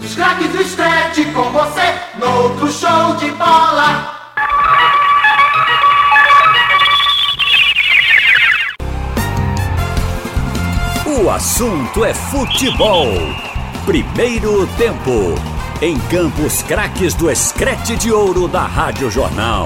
Os craques do Scratch com você, no outro show de bola. O assunto é futebol. Primeiro tempo. Em Campos, craques do Scratch de Ouro da Rádio Jornal.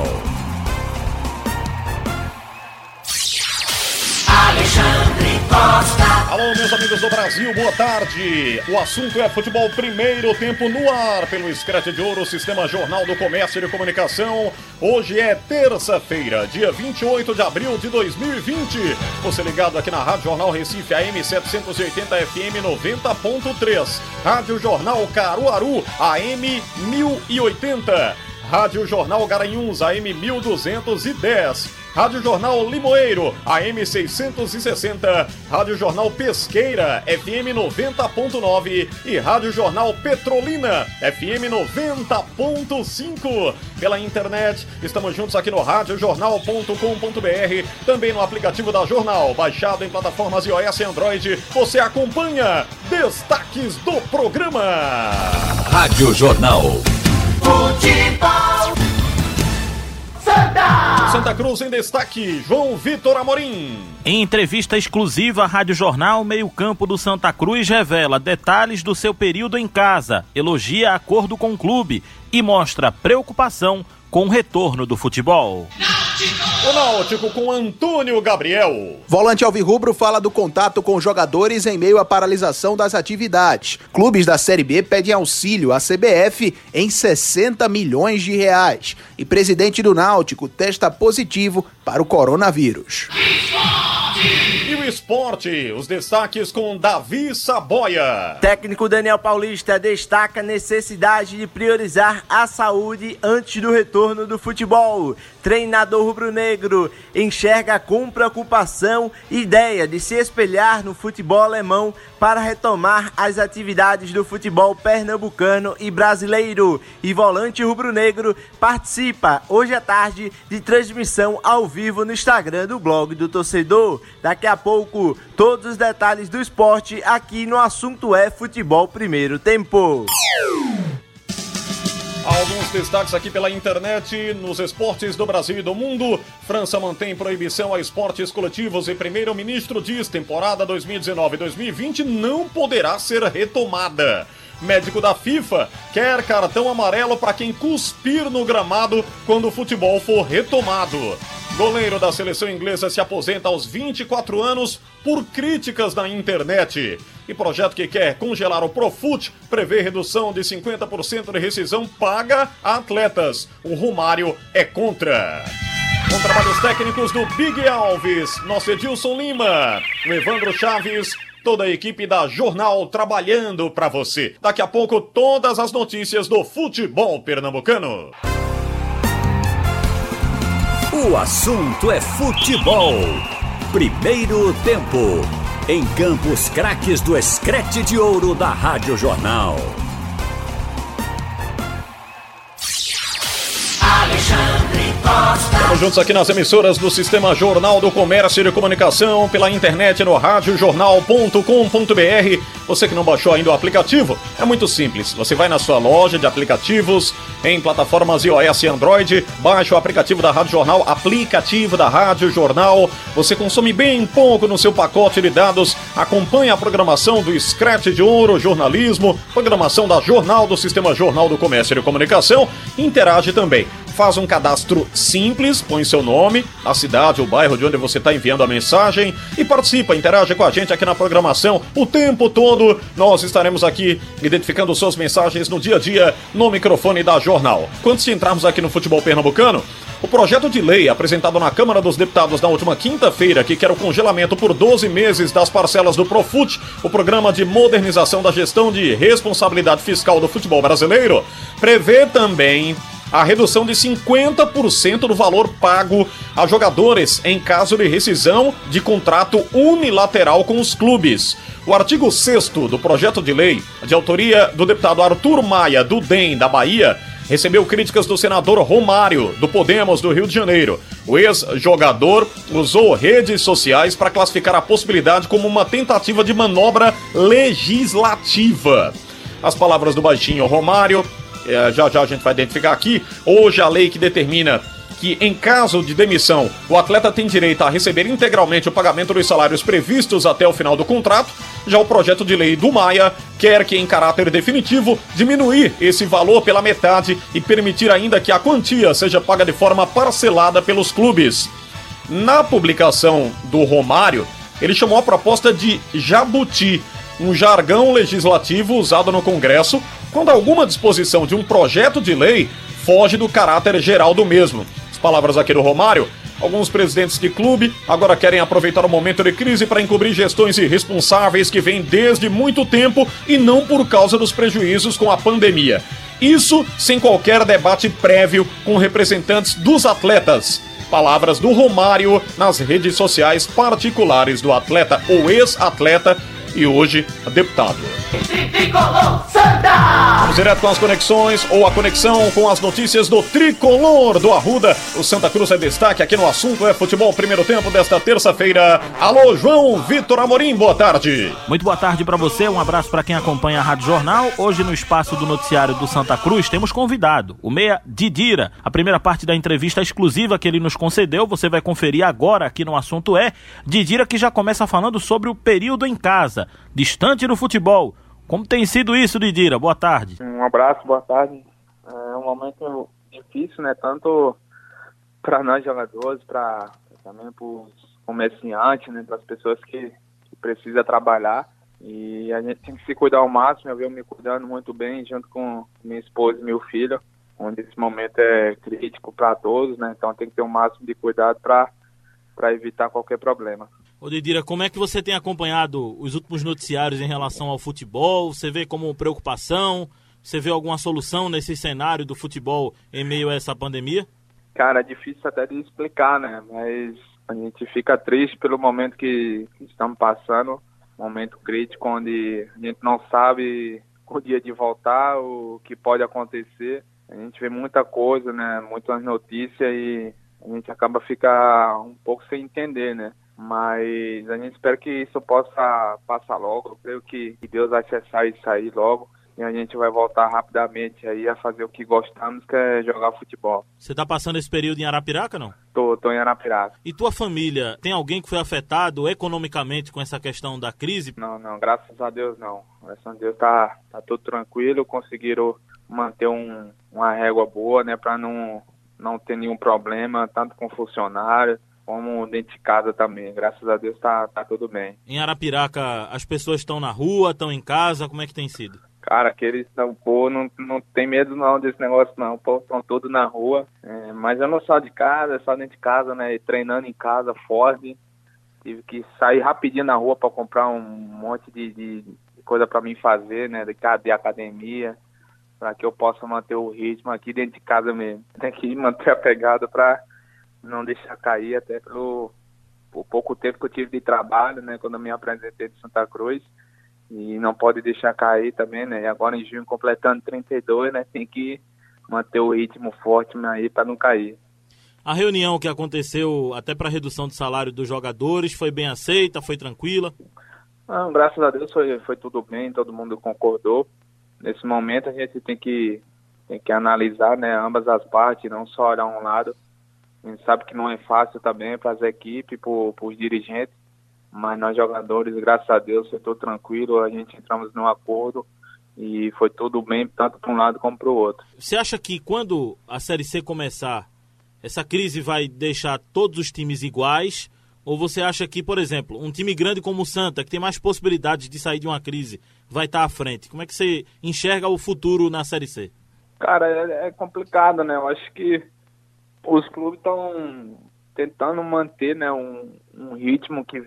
Alexandre Costa. Alô, meus amigos do Brasil, boa tarde. O assunto é futebol, primeiro tempo no ar pelo Scratch de Ouro, Sistema Jornal do Comércio e Comunicação. Hoje é terça-feira, dia 28 de abril de 2020. Você ligado aqui na Rádio Jornal Recife, AM 780 FM 90.3. Rádio Jornal Caruaru, AM 1080. Rádio Jornal Garanhuns, AM 1210. Rádio Jornal Limoeiro, AM 660, Rádio Jornal Pesqueira, FM 90.9 e Rádio Jornal Petrolina, FM 90.5. Pela internet, estamos juntos aqui no radiojornal.com.br, também no aplicativo da Jornal, baixado em plataformas iOS e Android. Você acompanha destaques do programa. Rádio Jornal. Futebol. Santa Cruz em destaque, João Vitor Amorim. Em entrevista exclusiva à Rádio Jornal, meio-campo do Santa Cruz revela detalhes do seu período em casa, elogia acordo com o clube e mostra preocupação com o retorno do futebol. O Náutico com Antônio Gabriel. Volante alvirrubro fala do contato com jogadores em meio à paralisação das atividades. Clubes da Série B pedem auxílio à CBF em 60 milhões de reais. E presidente do Náutico testa positivo para o coronavírus. E o esporte, os destaques com Davi Saboia. Técnico Daniel Paulista destaca a necessidade de priorizar a saúde antes do retorno do futebol. Treinador rubro-negro enxerga com preocupação ideia de se espelhar no futebol alemão para retomar as atividades do futebol pernambucano e brasileiro. E volante rubro-negro participa hoje à tarde de transmissão ao vivo no Instagram do blog do torcedor. Daqui a pouco, todos os detalhes do esporte aqui no Assunto é Futebol Primeiro Tempo. Alguns destaques aqui pela internet nos esportes do Brasil e do mundo. França mantém proibição a esportes coletivos e primeiro-ministro diz temporada 2019-2020 não poderá ser retomada. Médico da FIFA quer cartão amarelo para quem cuspir no gramado quando o futebol for retomado. Goleiro da seleção inglesa se aposenta aos 24 anos por críticas na internet. E projeto que quer congelar o Profut prevê redução de 50% de rescisão paga a atletas. O Romário é contra. Com trabalhos técnicos do Big Alves, nosso Edilson Lima, o Evandro Chaves, toda a equipe da Jornal trabalhando para você. Daqui a pouco, todas as notícias do futebol pernambucano. O assunto é futebol. Primeiro tempo. Em Campos, craques do Scratch de Ouro da Rádio Jornal. Alexandre Costa. Estamos juntos aqui nas emissoras do Sistema Jornal do Comércio e Comunicação, pela internet no radiojornal.com.br. Você que não baixou ainda o aplicativo, é muito simples. Você vai na sua loja de aplicativos, em plataformas iOS e Android, baixa o aplicativo da Rádio Jornal, aplicativo da Rádio Jornal. Você consome bem pouco no seu pacote de dados, acompanha a programação do Scratch de Ouro, jornalismo, programação da Jornal do Sistema Jornal do Comércio e Comunicação, interage também. Faz um cadastro simples, põe seu nome, a cidade, o bairro de onde você está enviando a mensagem e participa, interage com a gente aqui na programação o tempo todo. Nós estaremos aqui identificando suas mensagens no dia a dia no microfone da Jornal. Antes de entrarmos aqui no futebol pernambucano, o projeto de lei apresentado na Câmara dos Deputados na última quinta-feira, que quer o congelamento por 12 meses das parcelas do Profut, o programa de modernização da gestão de responsabilidade fiscal do futebol brasileiro, prevê também a redução de 50% do valor pago a jogadores em caso de rescisão de contrato unilateral com os clubes. O artigo 6º do projeto de lei, de autoria do deputado Arthur Maia, do DEM, da Bahia, recebeu críticas do senador Romário, do Podemos, do Rio de Janeiro. O ex-jogador usou redes sociais para classificar a possibilidade como uma tentativa de manobra legislativa. as palavras do baixinho Romário. Já a gente vai identificar aqui. Hoje a lei que determina que, em caso de demissão, o atleta tem direito a receber integralmente o pagamento dos salários previstos até o final do contrato. Já o projeto de lei do Maia quer que, em caráter definitivo, diminuir esse valor pela metade e permitir ainda que a quantia seja paga de forma parcelada pelos clubes. Na publicação do Romário, ele chamou a proposta de jabuti, um jargão legislativo usado no Congresso quando alguma disposição de um projeto de lei foge do caráter geral do mesmo. As palavras aqui do Romário: alguns presidentes de clube agora querem aproveitar o momento de crise para encobrir gestões irresponsáveis que vêm desde muito tempo e não por causa dos prejuízos com a pandemia. Isso sem qualquer debate prévio com representantes dos atletas. Palavras do Romário nas redes sociais particulares do atleta ou ex-atleta e hoje deputado. Vamos direto com as conexões ou a conexão com as notícias do Tricolor do Arruda. O Santa Cruz é destaque aqui no Assunto é Futebol, primeiro tempo desta terça-feira. Alô, João Vitor Amorim, boa tarde. Muito boa tarde para você, um abraço para quem acompanha a Rádio Jornal. Hoje no espaço do noticiário do Santa Cruz temos convidado, o meia Didira. A primeira parte da entrevista exclusiva que ele nos concedeu, você vai conferir agora aqui no Assunto é Didira, que já começa falando sobre o período em casa, distante do futebol. Como tem sido isso, Didira? Boa tarde. Um abraço, boa tarde. É um momento difícil, né? Tanto para nós jogadores, também para os comerciantes, né? Para as pessoas que precisam trabalhar. E a gente tem que se cuidar ao máximo. Eu venho me cuidando muito bem, junto com minha esposa e meu filho, onde esse momento é crítico para todos, né? Então tem que ter o máximo de cuidado para evitar qualquer problema. Ô Didira, como é que você tem acompanhado os últimos noticiários em relação ao futebol? Você vê como preocupação? Você vê alguma solução nesse cenário do futebol em meio a essa pandemia? Cara, é difícil até de explicar, né? Mas a gente fica triste pelo momento que estamos passando, momento crítico onde a gente não sabe o dia de voltar, o que pode acontecer. A gente vê muita coisa, né? Muitas notícias e a gente acaba ficando um pouco sem entender, né? Mas a gente espera que isso possa passar logo. Eu creio que Deus vai cessar isso aí logo e a gente vai voltar rapidamente aí a fazer o que gostamos, que é jogar futebol. Você está passando esse período em Arapiraca, não? Tô em Arapiraca. E tua família, tem alguém que foi afetado economicamente com essa questão da crise? Não, graças a Deus não. Graças a Deus tá tudo tranquilo, conseguiram manter uma régua boa, né, para não ter nenhum problema, tanto com funcionário como dentro de casa também. Graças a Deus tá tudo bem. Em Arapiraca, as pessoas estão na rua, estão em casa, como é que tem sido? Cara, aqueles não tem medo não desse negócio não, o povo estão todos na rua, mas eu não saio de casa, só dentro de casa, né, e treinando em casa, forte. Tive que sair rapidinho na rua para comprar um monte de coisa para mim fazer, né, de academia, para que eu possa manter o ritmo aqui dentro de casa mesmo. Tem que manter a pegada para não deixar cair, até pelo pouco tempo que eu tive de trabalho, né, quando eu me apresentei de Santa Cruz, e não pode deixar cair também, né, e agora em junho completando 32, né, tem que manter o ritmo forte aí para não cair. A reunião que aconteceu até para redução de salário dos jogadores foi bem aceita, foi tranquila? Não, graças a Deus foi tudo bem, todo mundo concordou. Nesse momento a gente tem que analisar, né, ambas as partes, não só olhar um lado. A gente sabe que não é fácil também para as equipes, para os dirigentes, mas nós jogadores, graças a Deus, foi tudo tranquilo, a gente entramos num acordo e foi tudo bem, tanto para um lado como para o outro. Você acha que quando a Série C começar, essa crise vai deixar todos os times iguais? Ou você acha que, por exemplo, um time grande como o Santa, que tem mais possibilidades de sair de uma crise, vai estar à frente? Como é que você enxerga o futuro na Série C? Cara, é complicado, né? Eu acho que os clubes estão tentando manter, né, um ritmo que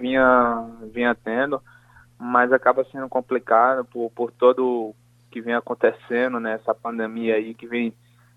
vinha tendo, mas acaba sendo complicado por todo que vem acontecendo, né? Essa pandemia aí que vem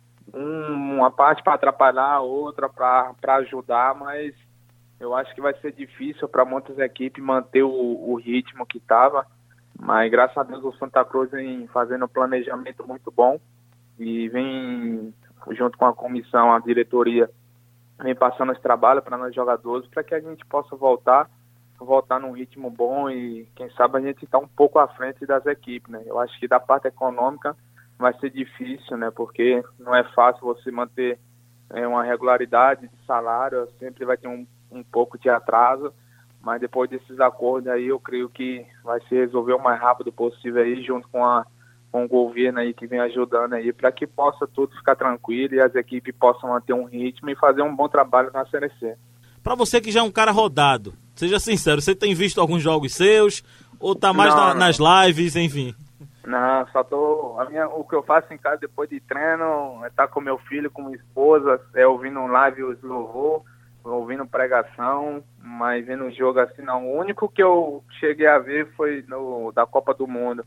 uma parte para atrapalhar, a outra para ajudar, mas eu acho que vai ser difícil para muitas equipes manter o ritmo que estava, mas graças a Deus o Santa Cruz vem fazendo um planejamento muito bom e vem, junto com a comissão, a diretoria, vem passando esse trabalho para nós jogadores, para que a gente possa voltar voltar num ritmo bom e quem sabe a gente tá um pouco à frente das equipes, né? Eu acho que da parte econômica vai ser difícil, né? Porque não é fácil você manter uma regularidade de salário, sempre vai ter um pouco de atraso, mas depois desses acordos aí eu creio que vai se resolver o mais rápido possível aí, junto com o governo aí que vem ajudando aí, para que possa tudo ficar tranquilo e as equipes possam manter um ritmo e fazer um bom trabalho na Série C. Para você que já é um cara rodado, seja sincero, você tem visto alguns jogos seus ou tá mais nas lives, enfim? Não, só o que eu faço em casa depois de treino é estar com meu filho, com minha esposa, ouvindo um live os louvor, ouvindo pregação, mas vendo um jogo assim não. O único que eu cheguei a ver foi da Copa do Mundo,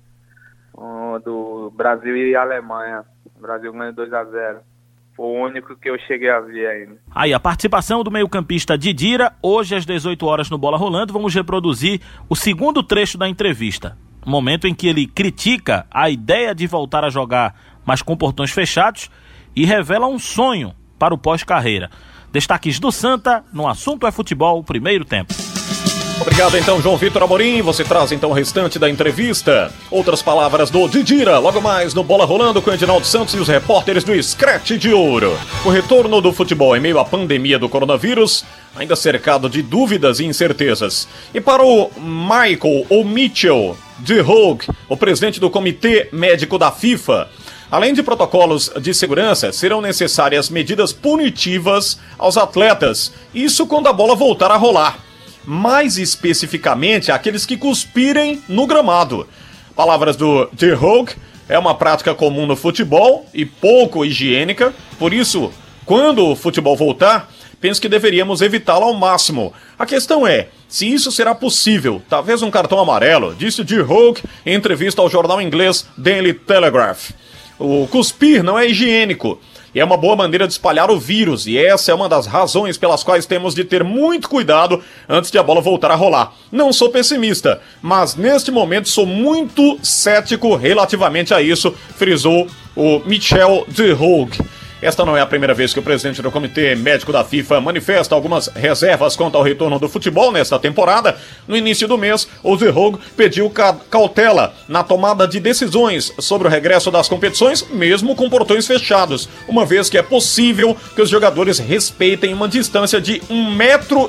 do Brasil e Alemanha. O Brasil ganhou 2-0. Foi o único que eu cheguei a ver ainda. Aí, a participação do meio-campista Didira, hoje às 18 horas no Bola Rolando, vamos reproduzir o segundo trecho da entrevista. Momento em que ele critica a ideia de voltar a jogar, mas com portões fechados, e revela um sonho para o pós-carreira. Destaques do Santa no Assunto é Futebol, primeiro tempo. Obrigado então, João Vitor Amorim. Você traz então o restante da entrevista. Outras palavras do Didira, logo mais no Bola Rolando com Edinaldo Santos e os repórteres do Scratch de Ouro. O retorno do futebol em meio à pandemia do coronavírus, ainda cercado de dúvidas e incertezas. E para o Michael ou Mitchell de Hogue, o presidente do Comitê Médico da FIFA, além de protocolos de segurança, serão necessárias medidas punitivas aos atletas. Isso quando a bola voltar a rolar. Mais especificamente, aqueles que cuspirem no gramado. Palavras do De Hogue, é uma prática comum no futebol e pouco higiênica, por isso, quando o futebol voltar, penso que deveríamos evitá-lo ao máximo. A questão é, se isso será possível, talvez um cartão amarelo, disse De Hogue em entrevista ao jornal inglês Daily Telegraph. O cuspir não é higiênico. E é uma boa maneira de espalhar o vírus, e essa é uma das razões pelas quais temos de ter muito cuidado antes de a bola voltar a rolar. Não sou pessimista, mas neste momento sou muito cético relativamente a isso, frisou o Michel de Hogue. Esta não é a primeira vez que o presidente do Comitê Médico da FIFA manifesta algumas reservas quanto ao retorno do futebol nesta temporada. No início do mês, o De Hogue pediu cautela na tomada de decisões sobre o regresso das competições, mesmo com portões fechados, uma vez que é possível que os jogadores respeitem uma distância de 1,5 metro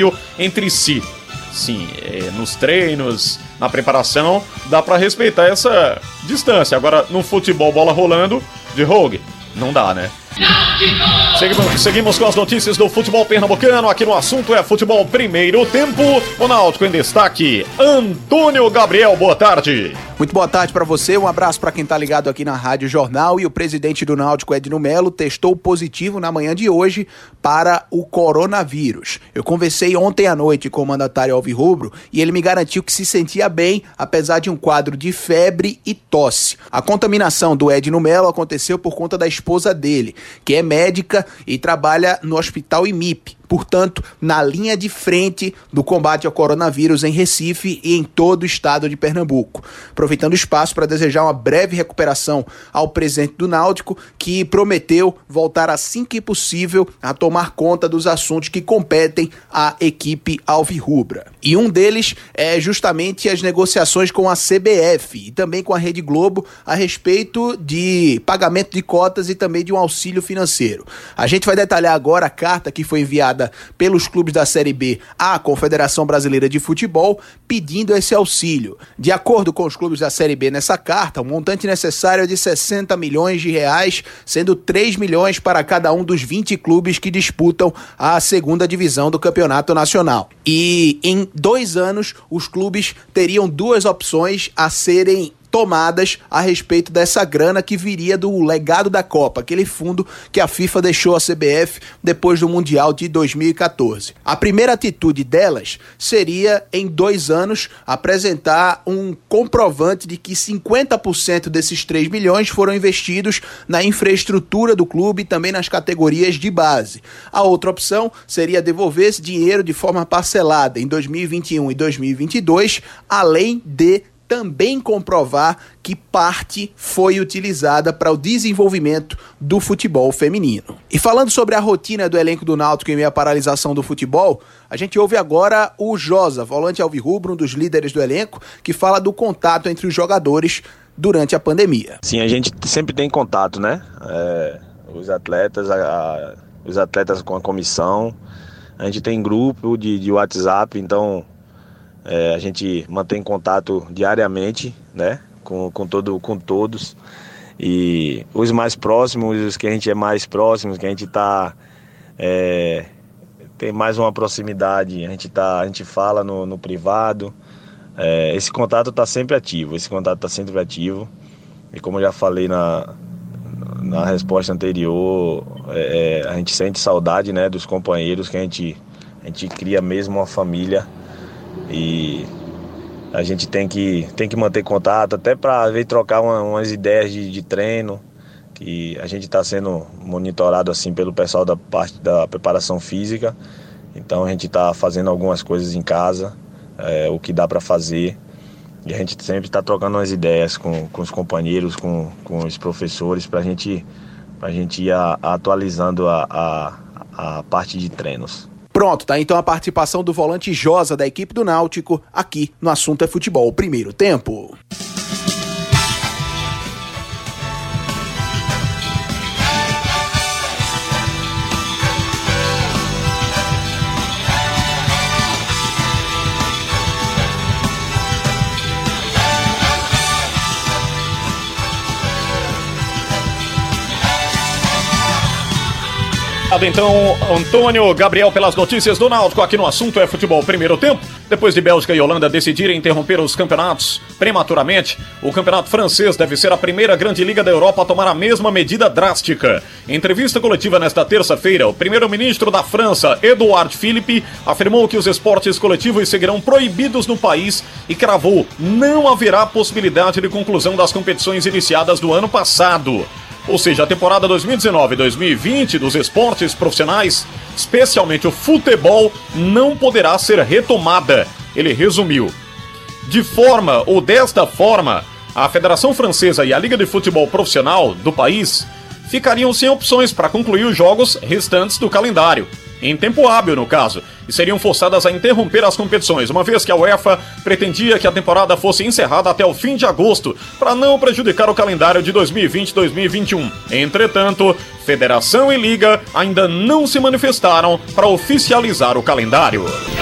entre si. Sim, nos treinos, na preparação, dá para respeitar essa distância. Agora, no futebol, bola rolando, De Hogue, não dá, né? Seguimos com as notícias do futebol pernambucano. Aqui no Assunto é Futebol Primeiro Tempo. O Náutico em destaque, Antônio Gabriel, boa tarde. Muito boa tarde para você, um abraço para quem tá ligado aqui na Rádio Jornal. E o presidente do Náutico, Edno Melo, testou positivo na manhã de hoje para o coronavírus. Eu conversei ontem à noite com o mandatário alvirrubro e ele me garantiu que se sentia bem, apesar de um quadro de febre e tosse. A contaminação do Edno Melo aconteceu por conta da esposa dele, que é médica e trabalha no Hospital IMIP. Portanto, na linha de frente do combate ao coronavírus em Recife e em todo o estado de Pernambuco. Aproveitando o espaço para desejar uma breve recuperação ao presidente do Náutico, que prometeu voltar assim que possível a tomar conta dos assuntos que competem à equipe alvirrubra. E um deles é justamente as negociações com a CBF e também com a Rede Globo a respeito de pagamento de cotas e também de um auxílio financeiro. A gente vai detalhar agora a carta que foi enviada pelos clubes da Série B à Confederação Brasileira de Futebol, pedindo esse auxílio. De acordo com os clubes da Série B nessa carta, o montante necessário é de 60 milhões de reais, sendo 3 milhões para cada um dos 20 clubes que disputam a segunda divisão do Campeonato Nacional. E em 2 anos, os clubes teriam 2 opções a serem tomadas a respeito dessa grana que viria do legado da Copa, aquele fundo que a FIFA deixou à CBF depois do Mundial de 2014. A primeira atitude delas seria, em 2 anos, apresentar um comprovante de que 50% desses 3 milhões foram investidos na infraestrutura do clube e também nas categorias de base. A outra opção seria devolver esse dinheiro de forma parcelada em 2021 e 2022, além de também comprovar que parte foi utilizada para o desenvolvimento do futebol feminino. E falando sobre a rotina do elenco do Náutico em meio à paralisação do futebol, a gente ouve agora o Josa, volante alvirrubro, um dos líderes do elenco, que fala do contato entre os jogadores durante a pandemia. Sim, a gente sempre tem contato, né? Os atletas com a comissão, a gente tem grupo de WhatsApp, então a gente mantém contato diariamente, né? Com todos, e os mais próximos, os que a gente é mais próximos, que a gente tem mais uma proximidade, a gente fala no privado. Esse contato está sempre ativo, e como eu já falei na resposta anterior, a gente sente saudade, né, dos companheiros, que a gente cria mesmo uma família, e a gente tem que manter contato, até para ver trocar umas ideias de treino, que a gente está sendo monitorado assim pelo pessoal da parte da preparação física, então a gente está fazendo algumas coisas em casa, o que dá para fazer, e a gente sempre está trocando umas ideias com os companheiros, com os professores, para a gente ir atualizando a parte de treinos. Pronto, tá então a participação do volante Josa da equipe do Náutico aqui no Assunto é Futebol, primeiro tempo. Então, Antônio Gabriel, pelas notícias do Náutico aqui no Assunto é Futebol. Primeiro tempo, depois de Bélgica e Holanda decidirem interromper os campeonatos prematuramente, o campeonato francês deve ser a primeira grande liga da Europa a tomar a mesma medida drástica. Em entrevista coletiva nesta terça-feira, o primeiro-ministro da França, Edouard Philippe, afirmou que os esportes coletivos seguirão proibidos no país e cravou: não haverá possibilidade de conclusão das competições iniciadas do ano passado. Ou seja, a temporada 2019-2020 dos esportes profissionais, especialmente o futebol, não poderá ser retomada. Ele resumiu. Desta forma, a Federação Francesa e a Liga de Futebol Profissional do país ficariam sem opções para concluir os jogos restantes do calendário, em tempo hábil no caso, e seriam forçadas a interromper as competições, uma vez que a UEFA pretendia que a temporada fosse encerrada até o fim de agosto, para não prejudicar o calendário de 2020-2021. Entretanto, Federação e Liga ainda não se manifestaram para oficializar o calendário.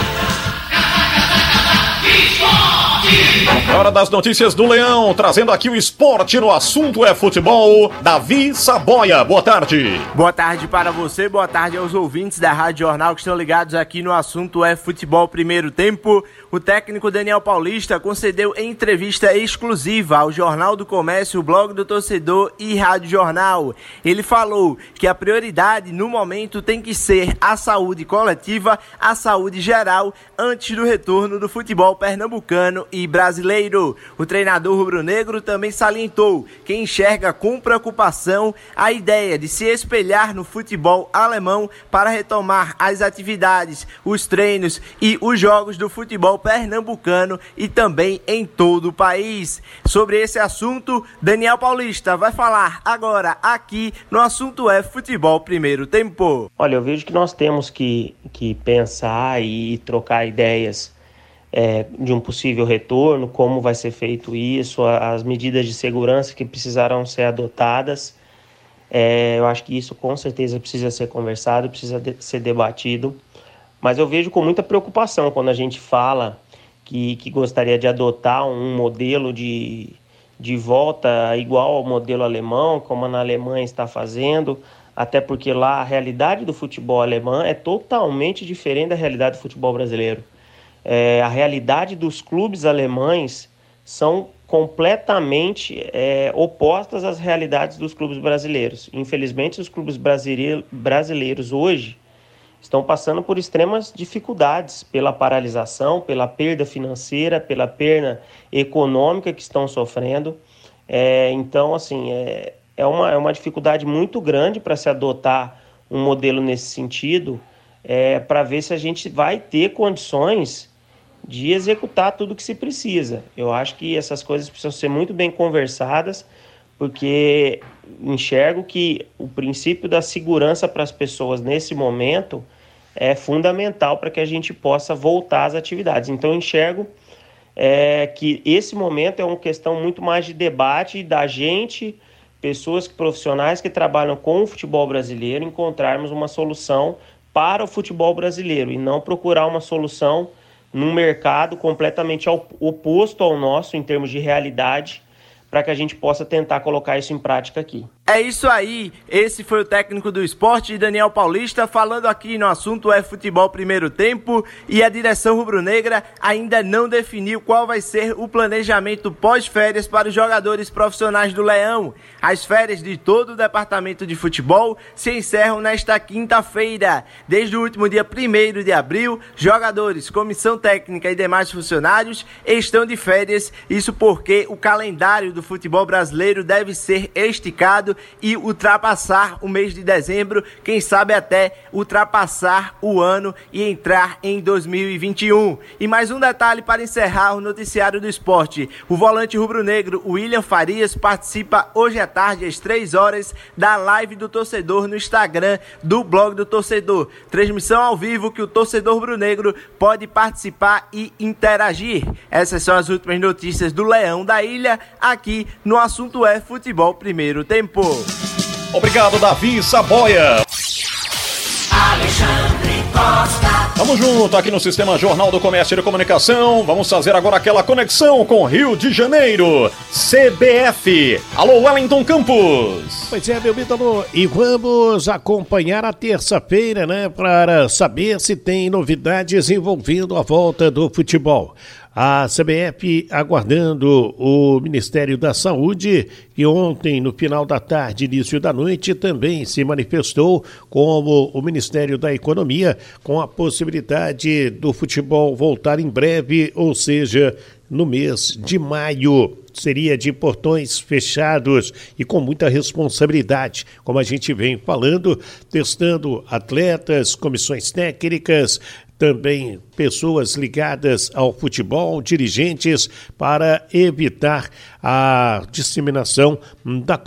Hora das notícias do Leão, trazendo aqui o esporte no Assunto é Futebol. Davi Saboia, boa tarde. Boa tarde para você, boa tarde aos ouvintes da Rádio Jornal que estão ligados aqui no Assunto é Futebol primeiro tempo. O técnico Daniel Paulista concedeu entrevista exclusiva ao Jornal do Comércio, Blog do Torcedor e Rádio Jornal. Ele falou que a prioridade no momento tem que ser a saúde coletiva, a saúde geral, antes do retorno do futebol pernambucano e brasileiro. O treinador rubro-negro também salientou que enxerga com preocupação a ideia de se espelhar no futebol alemão para retomar as atividades, os treinos e os jogos do futebol pernambucano e também em todo o país. Sobre esse assunto, Daniel Paulista vai falar agora aqui no Assunto é Futebol primeiro tempo. Olha, eu vejo que nós temos que pensar e trocar ideias de um possível retorno, como vai ser feito isso, as medidas de segurança que precisarão ser adotadas. Eu acho que isso com certeza precisa ser conversado, precisa ser debatido, mas eu vejo com muita preocupação quando a gente fala que gostaria de adotar um modelo de volta igual ao modelo alemão, como na Alemanha está fazendo, até porque lá a realidade do futebol alemão é totalmente diferente da realidade do futebol brasileiro. A realidade dos clubes alemães são completamente opostas às realidades dos clubes brasileiros. Infelizmente, os clubes brasileiros hoje estão passando por extremas dificuldades pela paralisação, pela perda financeira, pela perda econômica que estão sofrendo. Então, assim, é uma dificuldade muito grande para se adotar um modelo nesse sentido, para ver se a gente vai ter condições de executar tudo que se precisa. Eu acho que essas coisas precisam ser muito bem conversadas, porque enxergo que o princípio da segurança para as pessoas nesse momento é fundamental para que a gente possa voltar às atividades. Então eu enxergo que esse momento é uma questão muito mais de debate da gente, pessoas profissionais que trabalham com o futebol brasileiro, encontrarmos uma solução para o futebol brasileiro e não procurar uma solução num mercado completamente oposto ao nosso em termos de realidade, para que a gente possa tentar colocar isso em prática aqui. É isso aí, esse foi o técnico do Sport, Daniel Paulista, falando aqui no assunto futebol primeiro tempo, e a direção rubro-negra ainda não definiu qual vai ser o planejamento pós-férias para os jogadores profissionais do Leão. As férias de todo o departamento de futebol se encerram nesta quinta-feira. Desde o último dia 1º de abril, jogadores, comissão técnica e demais funcionários estão de férias, isso porque o calendário do futebol brasileiro deve ser esticado e ultrapassar o mês de dezembro, quem sabe até ultrapassar o ano e entrar em 2021. E mais um detalhe para encerrar o noticiário do esporte: o volante rubro-negro William Farias participa hoje à tarde às 3h da live do torcedor no Instagram do blog do torcedor, transmissão ao vivo que o torcedor rubro-negro pode participar e interagir. Essas são as últimas notícias do Leão da Ilha, aqui no Assunto Futebol Primeiro Tempo. Obrigado, Davi Saboia. Alexandre Costa. Vamos junto aqui no Sistema Jornal do Comércio e Comunicação. Vamos fazer agora aquela conexão com Rio de Janeiro. CBF. Alô, Wellington Campos. Pois é, meu ídolo. E vamos acompanhar a terça-feira, né? Para saber se tem novidades envolvendo a volta do futebol. A CBF aguardando o Ministério da Saúde, que ontem, no final da tarde, início da noite, também se manifestou como o Ministério da Economia, com a possibilidade do futebol voltar em breve, ou seja, no mês de maio. Seria de portões fechados e com muita responsabilidade, como a gente vem falando, testando atletas, comissões técnicas, também pessoas ligadas ao futebol, dirigentes, para evitar a disseminação da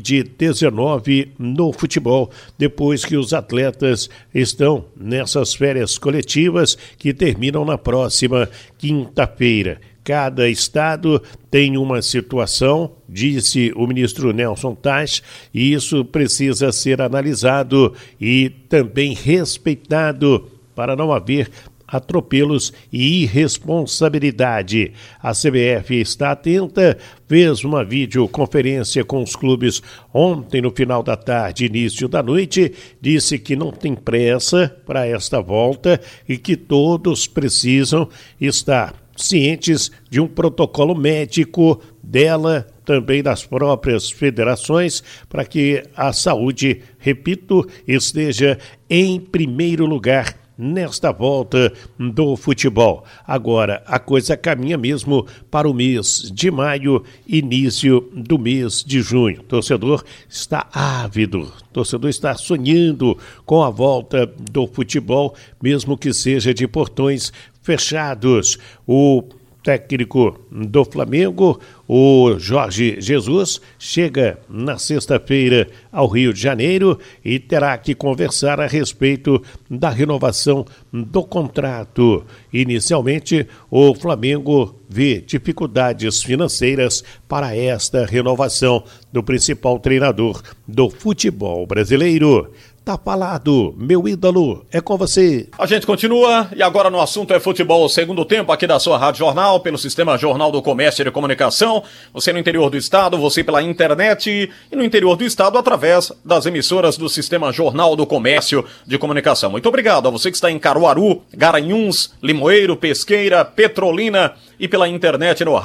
Covid-19 no futebol, depois que os atletas estão nessas férias coletivas que terminam na próxima quinta-feira. Cada estado tem uma situação, disse o ministro Nelson Tais, e isso precisa ser analisado e também respeitado para não haver atropelos e irresponsabilidade. A CBF está atenta, fez uma videoconferência com os clubes ontem no final da tarde, início da noite, disse que não tem pressa para esta volta e que todos precisam estar cientes de um protocolo médico dela, também das próprias federações, para que a saúde, repito, esteja em primeiro lugar nesta volta do futebol. Agora, a coisa caminha mesmo para o mês de maio, início do mês de junho. O torcedor está ávido, o torcedor está sonhando com a volta do futebol, mesmo que seja de portões fechados. O técnico do Flamengo, o Jorge Jesus, chega na sexta-feira ao Rio de Janeiro e terá que conversar a respeito da renovação do contrato. Inicialmente, o Flamengo vê dificuldades financeiras para esta renovação do principal treinador do futebol brasileiro. Tá falado, meu ídolo, é com você. A gente continua e agora no assunto futebol, segundo tempo aqui da sua Rádio Jornal, pelo Sistema Jornal do Comércio e de Comunicação. Você no interior do estado, você pela internet e no interior do estado através das emissoras do Sistema Jornal do Comércio de Comunicação. Muito obrigado a você que está em Caruaru, Garanhuns, Limoeiro, Pesqueira, Petrolina e pela internet no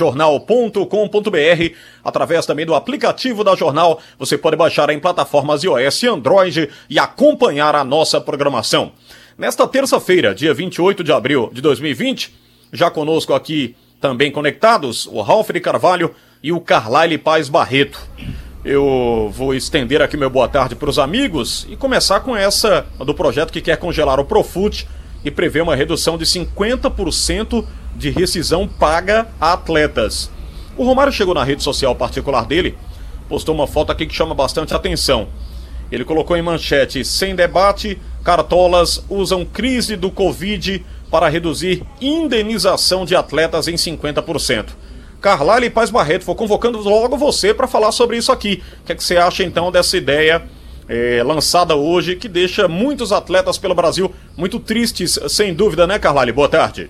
radiojornal.com.br, através também do aplicativo da Jornal. Você pode baixar em plataformas iOS e Android e acompanhar a nossa programação. Nesta terça-feira, dia 28 de abril de 2020, já conosco aqui também conectados, o Ralf de Carvalho e o Carlyle Paz Barreto. Eu vou estender aqui meu boa tarde para os amigos e começar com essa do projeto que quer congelar o Profut e prevê uma redução de 50% de rescisão paga a atletas. O Romário chegou na rede social particular dele, postou uma foto aqui que chama bastante atenção. Ele colocou em manchete: sem debate, cartolas usam crise do Covid para reduzir indenização de atletas em 50%. Carlyle Paz Barreto, vou convocando logo você para falar sobre isso aqui. O que é que você acha então dessa ideia lançada hoje, que deixa muitos atletas pelo Brasil muito tristes, sem dúvida, né, Carlyle? Boa tarde.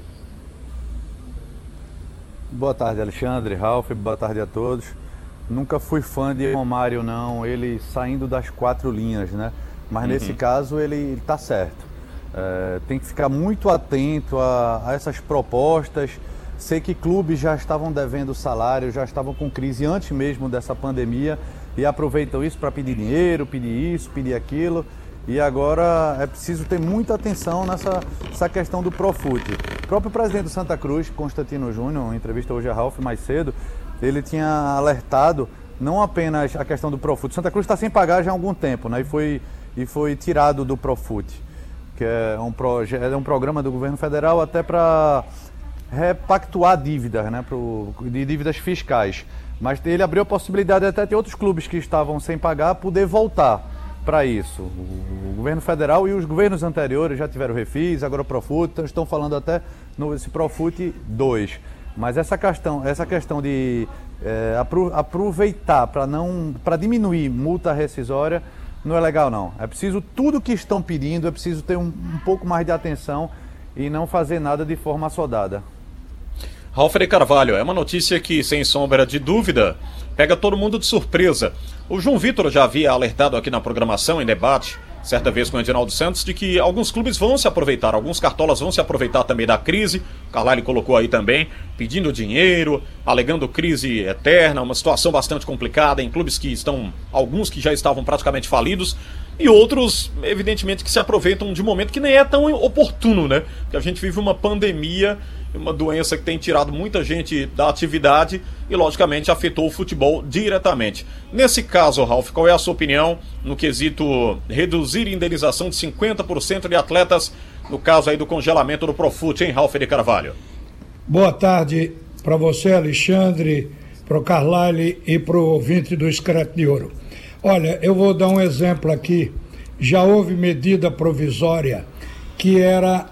Boa tarde, Alexandre, Ralf, boa tarde a todos. Nunca fui fã de Romário, não, ele saindo das 4 linhas, né? Mas nesse caso ele está certo. Tem que ficar muito atento a essas propostas. Sei que clubes já estavam devendo salário, já estavam com crise antes mesmo dessa pandemia e aproveitam isso para pedir dinheiro, pedir isso, pedir aquilo. E agora é preciso ter muita atenção nessa questão do Profut. O próprio presidente do Santa Cruz, Constantino Júnior, em entrevista hoje a Ralf mais cedo, ele tinha alertado não apenas a questão do Profut. Santa Cruz está sem pagar já há algum tempo, né? E foi tirado do Profut, que é um programa do governo federal até para repactuar dívidas, né? De dívidas fiscais. Mas ele abriu a possibilidade até de outros clubes que estavam sem pagar poder voltar para isso. O governo federal e os governos anteriores já tiveram refis, agora o Profut, então estão falando até nesse Profut 2. Mas essa questão de aproveitar para diminuir multa rescisória não é legal, não. É preciso tudo que estão pedindo, é preciso ter um pouco mais de atenção e não fazer nada de forma assodada. Ralf de Carvalho, é uma notícia que, sem sombra de dúvida, pega todo mundo de surpresa. O João Vitor já havia alertado aqui na programação, em debate, certa vez com o Edinaldo Santos, de que alguns clubes vão se aproveitar, alguns cartolas vão se aproveitar também da crise. O Carlyle colocou aí também, pedindo dinheiro, alegando crise eterna, uma situação bastante complicada em clubes que alguns que já estavam praticamente falidos, e outros, evidentemente, que se aproveitam de um momento que nem é tão oportuno, né? Porque a gente vive uma pandemia, uma doença que tem tirado muita gente da atividade e, logicamente, afetou o futebol diretamente. Nesse caso, Ralf, qual é a sua opinião no quesito reduzir a indenização de 50% de atletas, no caso aí do congelamento do Profut, hein, Ralf de Carvalho? Boa tarde para você, Alexandre, para o Carlyle e para o ouvinte do Screte de Ouro. Olha, eu vou dar um exemplo aqui. Já houve medida provisória que era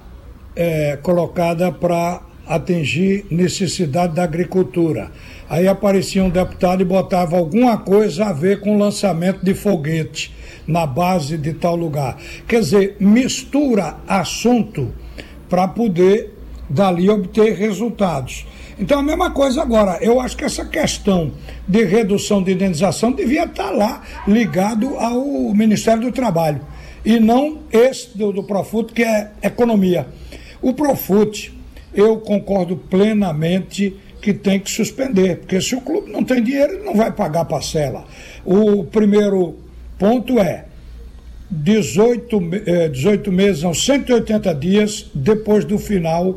colocada para atingir necessidade da agricultura. Aí aparecia um deputado e botava alguma coisa a ver com o lançamento de foguete na base de tal lugar. Quer dizer, mistura assunto para poder dali obter resultados. Então a mesma coisa agora, eu acho que essa questão de redução de indenização devia estar lá ligado ao Ministério do Trabalho e não esse do Profut, que é economia. O Profut, eu concordo plenamente que tem que suspender, porque se o clube não tem dinheiro, ele não vai pagar a parcela. O primeiro ponto é 18 meses, não, 180 dias depois do final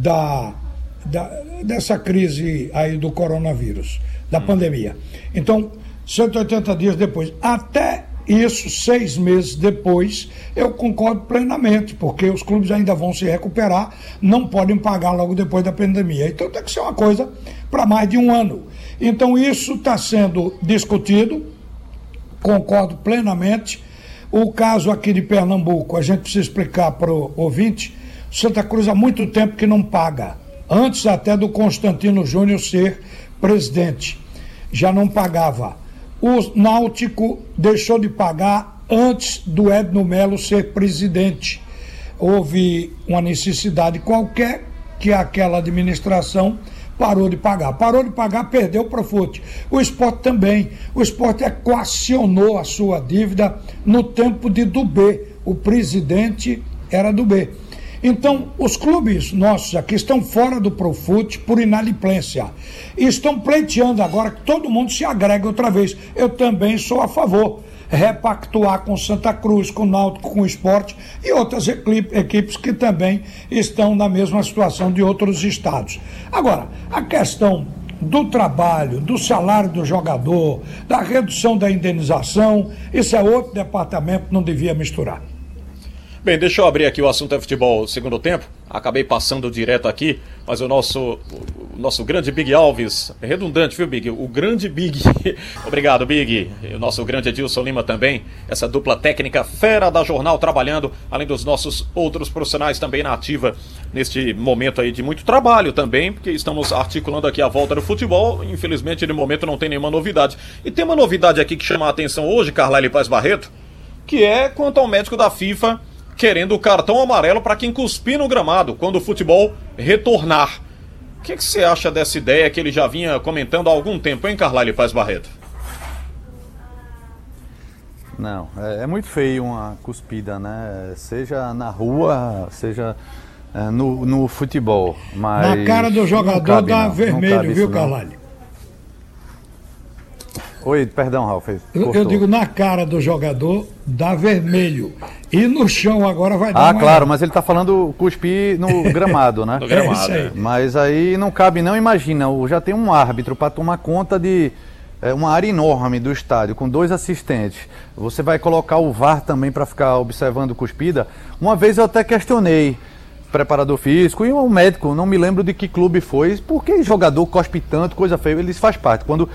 dessa crise aí do coronavírus, da pandemia. Então, 180 dias depois, até isso, 6 meses depois, eu concordo plenamente, porque os clubes ainda vão se recuperar, não podem pagar logo depois da pandemia. Então tem que ser uma coisa para mais de um ano. Então isso está sendo discutido, concordo plenamente. O caso aqui de Pernambuco, a gente precisa explicar para o ouvinte, Santa Cruz há muito tempo que não paga, antes até do Constantino Júnior ser presidente, já não pagava. O Náutico deixou de pagar antes do Edno Melo ser presidente. Houve uma necessidade qualquer que aquela administração parou de pagar. Parou de pagar, perdeu o Profut. O Sport também. O Sport equacionou a sua dívida no tempo de Dubé. O presidente era Dubé. Então, os clubes nossos aqui estão fora do Profut por inadimplência. E estão pleiteando agora que todo mundo se agregue outra vez. Eu também sou a favor. Repactuar com Santa Cruz, com o Náutico, com o Sport e outras equipes que também estão na mesma situação de outros estados. Agora, a questão do trabalho, do salário do jogador, da redução da indenização, isso é outro departamento, não devia misturar. Bem, deixa eu abrir aqui o assunto é futebol segundo tempo. Acabei passando direto aqui, mas o nosso grande Big Alves, redundante, viu, Big? O grande Big, obrigado, Big. E o nosso grande Edilson Lima também, essa dupla técnica fera da Jornal trabalhando, além dos nossos outros profissionais também na ativa neste momento aí de muito trabalho também, porque estamos articulando aqui a volta do futebol. Infelizmente, no momento não tem nenhuma novidade. E tem uma novidade aqui que chama a atenção hoje, Carlyle Paz Barreto, que é quanto ao médico da FIFA querendo o cartão amarelo para quem cuspir no gramado quando o futebol retornar. O que você acha dessa ideia que ele já vinha comentando há algum tempo, hein, Carlyle Paz Barreto? Não, é muito feio uma cuspida, né? Seja na rua, seja no futebol. Mas na cara do jogador dá vermelho, viu, Carlyle? Oi, perdão, Ralf. Eu digo, na cara do jogador dá vermelho. E no chão agora vai dar claro, mas ele está falando cuspir no gramado, né? No gramado, isso aí. Mas aí não cabe, não. Imagina, já tem um árbitro para tomar conta de uma área enorme do estádio, com 2 assistentes. Você vai colocar o VAR também para ficar observando cuspida. Uma vez eu até questionei preparador físico e um médico, não me lembro de que clube foi, por que jogador cospe tanto, coisa feia? Ele faz parte. Quando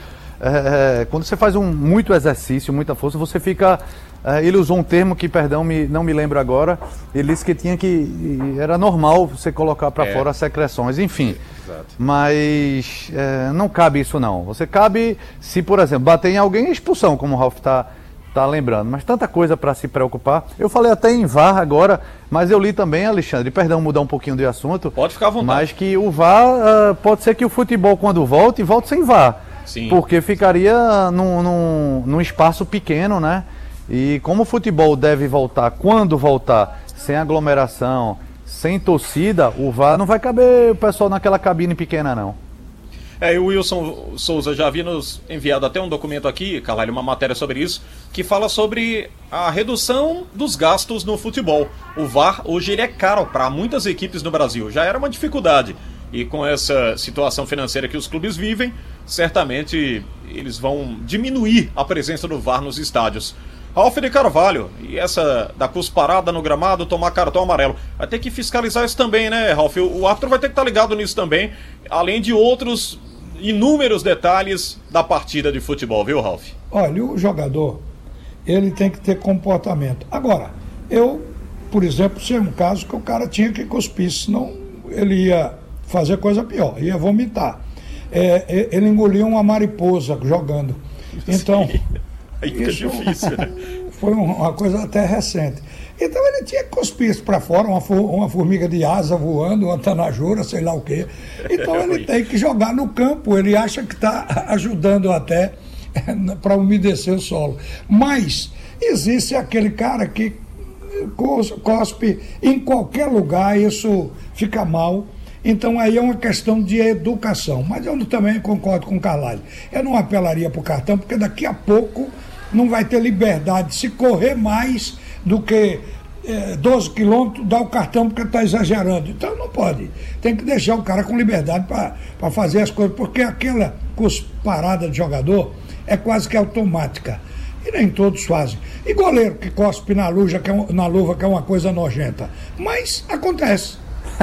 você faz muito exercício, muita força, você fica... ele usou um termo que, perdão, não me lembro agora. Ele disse que era normal você colocar para fora as secreções, enfim. Exato. Mas não cabe isso não. Você cabe, se por exemplo, bater em alguém, é expulsão, como o Ralf está lembrando. Mas tanta coisa para se preocupar. Eu falei até em VAR agora, mas eu li também, Alexandre, perdão, mudar um pouquinho de assunto. Pode ficar à vontade. Mas que o VAR, pode ser que o futebol, quando volte sem VAR. Sim. Porque ficaria num espaço pequeno, né? E como o futebol deve voltar, quando voltar, sem aglomeração, sem torcida, o VAR não vai caber o pessoal naquela cabine pequena, não. E o Wilson Souza já havia nos enviado até um documento aqui, Carlyle, uma matéria sobre isso, que fala sobre a redução dos gastos no futebol. O VAR, hoje, ele é caro para muitas equipes no Brasil. Já era uma dificuldade. E com essa situação financeira que os clubes vivem, certamente eles vão diminuir a presença do VAR nos estádios. Ralf de Carvalho, e essa da cusparada no gramado, tomar cartão amarelo. Vai ter que fiscalizar isso também, né, Ralf? O árbitro vai ter que estar ligado nisso também, além de outros inúmeros detalhes da partida de futebol, viu, Ralf? Olha, o jogador, ele tem que ter comportamento. Agora, eu, por exemplo, sei um caso que o cara tinha que cuspir, senão ele ia fazer coisa pior, ia vomitar. Ele engoliu uma mariposa jogando. Então, isso difícil, né? Foi uma coisa até recente. Então ele tinha que cuspir isso para fora, uma formiga de asa voando, uma tanajura, sei lá o quê. Então ele tem que jogar no campo, ele acha que está ajudando até para umedecer o solo. Mas existe aquele cara que cospe em qualquer lugar, isso fica mal. Então aí é uma questão de educação. Mas eu também concordo com o Carlyle. Eu não apelaria para o cartão, porque daqui a pouco não vai ter liberdade. Se correr mais do que 12 quilômetros, dá o cartão porque está exagerando. Então não pode. Tem que deixar o cara com liberdade para fazer as coisas, porque aquela cusparada de jogador é quase que automática. E nem todos fazem. E goleiro que cospe na luva, que é uma coisa nojenta. Mas acontece.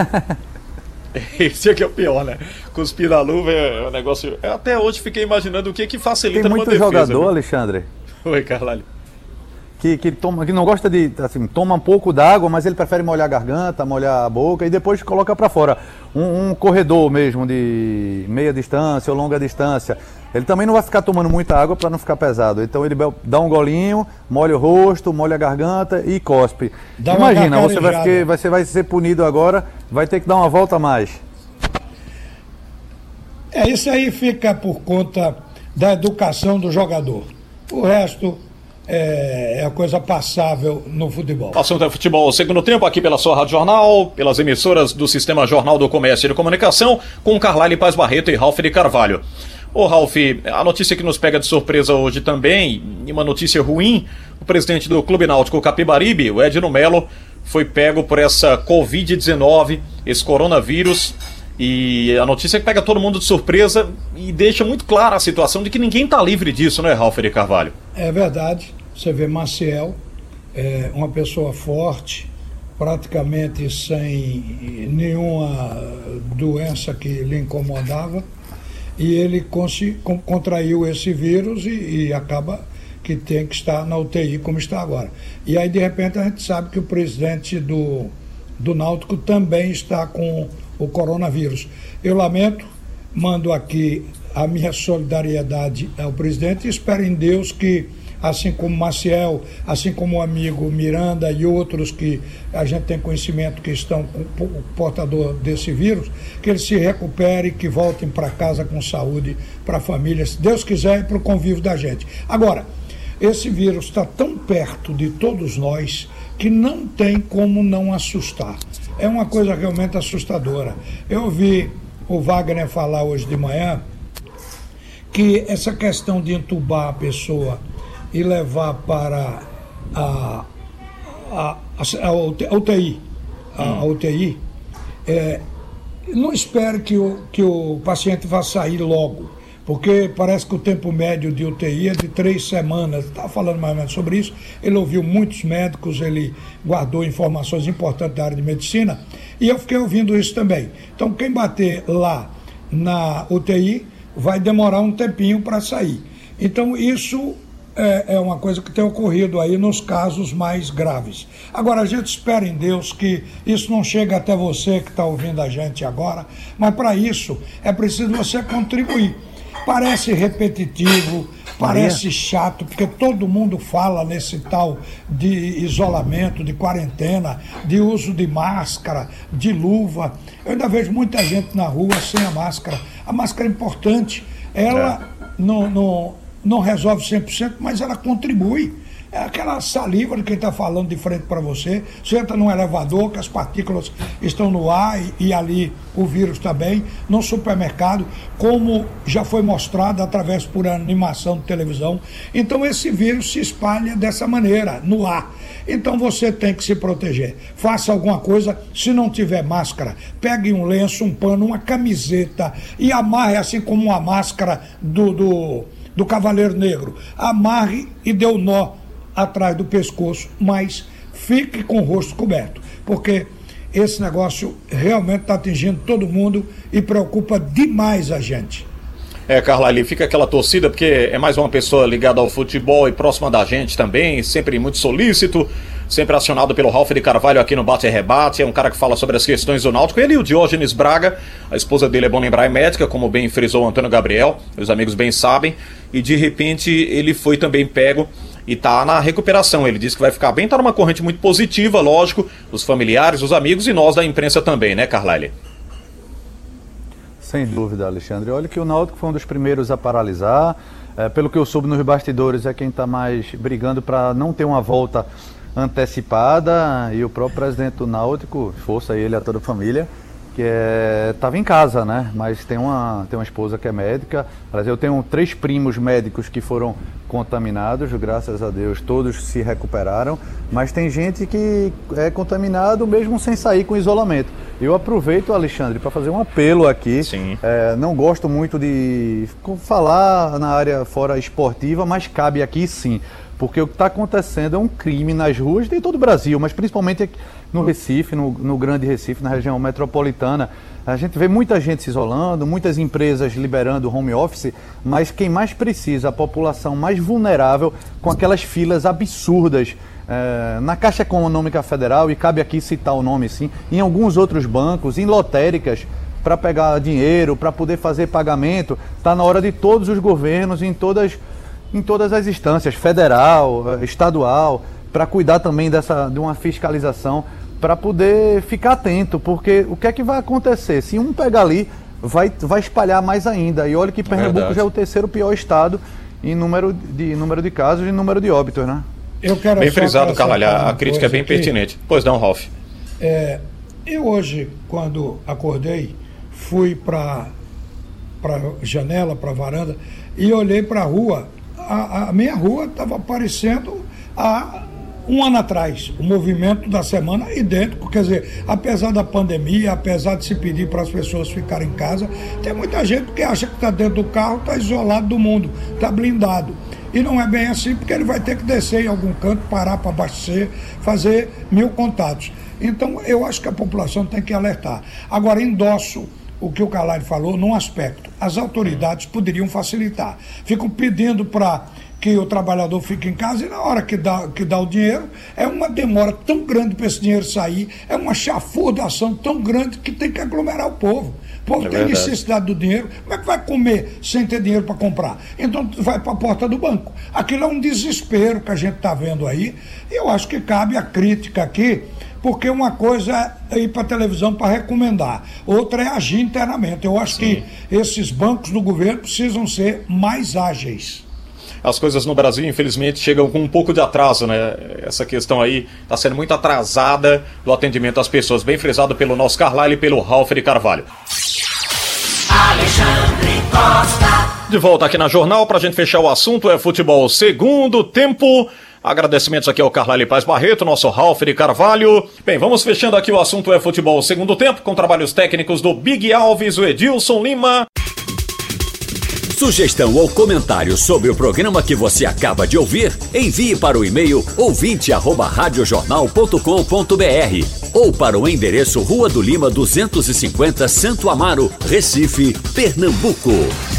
Esse aqui é o pior, né? Cuspir na luva é um negócio... Eu até hoje fiquei imaginando o que facilita numa defesa. Tem muito jogador, né? Alexandre. Oi, Carlyle. Que não gosta de... Assim, toma um pouco d'água, mas ele prefere molhar a garganta, molhar a boca e depois coloca para fora. Um corredor mesmo de meia distância ou longa distância, ele também não vai ficar tomando muita água para não ficar pesado. Então ele dá um golinho, molha o rosto, molha a garganta e cospe. Imagina, você vai ser punido agora, vai ter que dar uma volta a mais. Isso aí fica por conta da educação do jogador. O resto é a coisa passável no futebol. Assunto é futebol. Segundo tempo aqui pela sua Rádio Jornal, pelas emissoras do Sistema Jornal do Comércio e de Comunicação, com Carlyle Paz Barreto e Ralf de Carvalho. Ô Ralf, a notícia que nos pega de surpresa hoje também, e uma notícia ruim, o presidente do Clube Náutico Capibaribe, o Edno Melo, foi pego por essa Covid-19, esse coronavírus, e a notícia que pega todo mundo de surpresa e deixa muito clara a situação de que ninguém está livre disso, né, Ralf de Carvalho? É verdade. Você vê Maciel, uma pessoa forte, praticamente sem nenhuma doença que lhe incomodava, e ele contraiu esse vírus e acaba que tem que estar na UTI como está agora. E aí, de repente, a gente sabe que o presidente do Náutico também está com o coronavírus. Eu lamento, mando aqui a minha solidariedade ao presidente e espero em Deus que, assim como Maciel, assim como o amigo Miranda e outros que a gente tem conhecimento que estão com o portador desse vírus, que eles se recuperem, que voltem para casa com saúde, para a família, se Deus quiser, e para o convívio da gente. Agora, esse vírus está tão perto de todos nós que não tem como não assustar. É uma coisa realmente assustadora. Eu ouvi o Wagner falar hoje de manhã que essa questão de entubar a pessoa e levar para a UTI, não espere que o paciente vá sair logo, porque parece que o tempo médio de UTI é de 3 semanas. Estava falando mais ou menos sobre isso, ele ouviu muitos médicos, ele guardou informações importantes da área de medicina, e eu fiquei ouvindo isso também. Então, quem bater lá na UTI vai demorar um tempinho para sair. Então, isso é uma coisa que tem ocorrido aí nos casos mais graves. Agora, a gente espera em Deus que isso não chegue até você que está ouvindo a gente agora, mas para isso é preciso você contribuir. Parece repetitivo, parece chato, porque todo mundo fala nesse tal de isolamento, de quarentena, de uso de máscara, de luva. Eu ainda vejo muita gente na rua sem a máscara. A máscara é importante, ela não resolve 100%, mas ela contribui. É aquela saliva de quem está falando de frente para você. Você entra num elevador que as partículas estão no ar e ali o vírus também. No supermercado, como já foi mostrado através por animação de televisão. Então esse vírus se espalha dessa maneira, no ar. Então você tem que se proteger. Faça alguma coisa, se não tiver máscara, pegue um lenço, um pano, uma camiseta e amarre, assim como uma máscara do Cavaleiro Negro. Amarre e dê o nó atrás do pescoço, mas fique com o rosto coberto, porque esse negócio realmente está atingindo todo mundo e preocupa demais a gente. Carla, ali fica aquela torcida, porque é mais uma pessoa ligada ao futebol e próxima da gente também, sempre muito solícito, sempre acionado pelo Ralf de Carvalho aqui no Bate e Rebate. É um cara que fala sobre as questões do Náutico. Ele e o Diógenes Braga, a esposa dele, é bom lembrar, é médica, como bem frisou o Antônio Gabriel, os amigos bem sabem, e de repente ele foi também pego e tá na recuperação. Ele disse que vai ficar bem, tá numa corrente muito positiva, lógico, os familiares, os amigos e nós da imprensa também, né, Carlyle? Sem dúvida, Alexandre. Olha que o Náutico foi um dos primeiros a paralisar. Pelo que eu soube nos bastidores, é quem está mais brigando para não ter uma volta antecipada, e o próprio presidente do Náutico, força ele a toda a família, que estava em casa, né? Mas tem uma esposa que é médica. Aliás, eu tenho 3 primos médicos que foram contaminados, graças a Deus todos se recuperaram, mas tem gente que é contaminado mesmo sem sair com isolamento. Eu aproveito, Alexandre, para fazer um apelo aqui. Não gosto muito de falar na área fora esportiva, mas cabe aqui sim, porque o que está acontecendo é um crime nas ruas de todo o Brasil, mas principalmente aqui no Recife, no Grande Recife, na região metropolitana. A gente vê muita gente se isolando, muitas empresas liberando home office, mas quem mais precisa, a população mais vulnerável, com aquelas filas absurdas na Caixa Econômica Federal, e cabe aqui citar o nome sim, em alguns outros bancos, em lotéricas, para pegar dinheiro, para poder fazer pagamento. Está na hora de todos os governos, em todas as instâncias, federal, estadual, para cuidar também de uma fiscalização, para poder ficar atento, porque o que é que vai acontecer? Se um pegar ali, vai espalhar mais ainda. E olha que Pernambuco já é o 3º pior estado em número de casos e número de óbitos, né? Eu quero bem frisado, Carvalho, a crítica é bem pertinente. Pois não, Ralf. Eu hoje, quando acordei, fui para a janela, para a varanda, e olhei para a rua. A minha rua estava aparecendo há um ano atrás, o movimento da semana idêntico. Quer dizer, apesar da pandemia, apesar de se pedir para as pessoas ficarem em casa, tem muita gente que acha que está dentro do carro, está isolado do mundo, está blindado. E não é bem assim, porque ele vai ter que descer em algum canto, parar para abastecer, fazer 1000 contatos. Então, eu acho que a população tem que alertar. Agora, endosso o que o Carlalho falou num aspecto. As autoridades poderiam facilitar. Ficam pedindo para que o trabalhador fique em casa e na hora que dá o dinheiro, é uma demora tão grande para esse dinheiro sair, é uma chafurdação tão grande que tem que aglomerar o povo. O povo tem necessidade do dinheiro, como é que vai comer sem ter dinheiro para comprar? Então vai para a porta do banco. Aquilo é um desespero que a gente está vendo aí, e eu acho que cabe a crítica aqui, porque uma coisa é ir para a televisão para recomendar, outra é agir internamente. Eu acho que esses bancos do governo precisam ser mais ágeis. As coisas no Brasil, infelizmente, chegam com um pouco de atraso, né? Essa questão aí está sendo muito atrasada do atendimento às pessoas, bem frisado pelo nosso Carlalho e pelo Ralf de Carvalho. Alexandre Costa. De volta aqui na Jornal, para a gente fechar o assunto, é futebol segundo tempo. Agradecimentos aqui ao Carlalho Paz Barreto, nosso Ralf de Carvalho. Bem, vamos fechando aqui o assunto é futebol segundo tempo, com trabalhos técnicos do Big Alves, o Edilson Lima. Sugestão ou comentário sobre o programa que você acaba de ouvir, envie para o e-mail ouvinte@radiojornal.com.br ou para o endereço Rua do Lima 250, Santo Amaro, Recife, Pernambuco.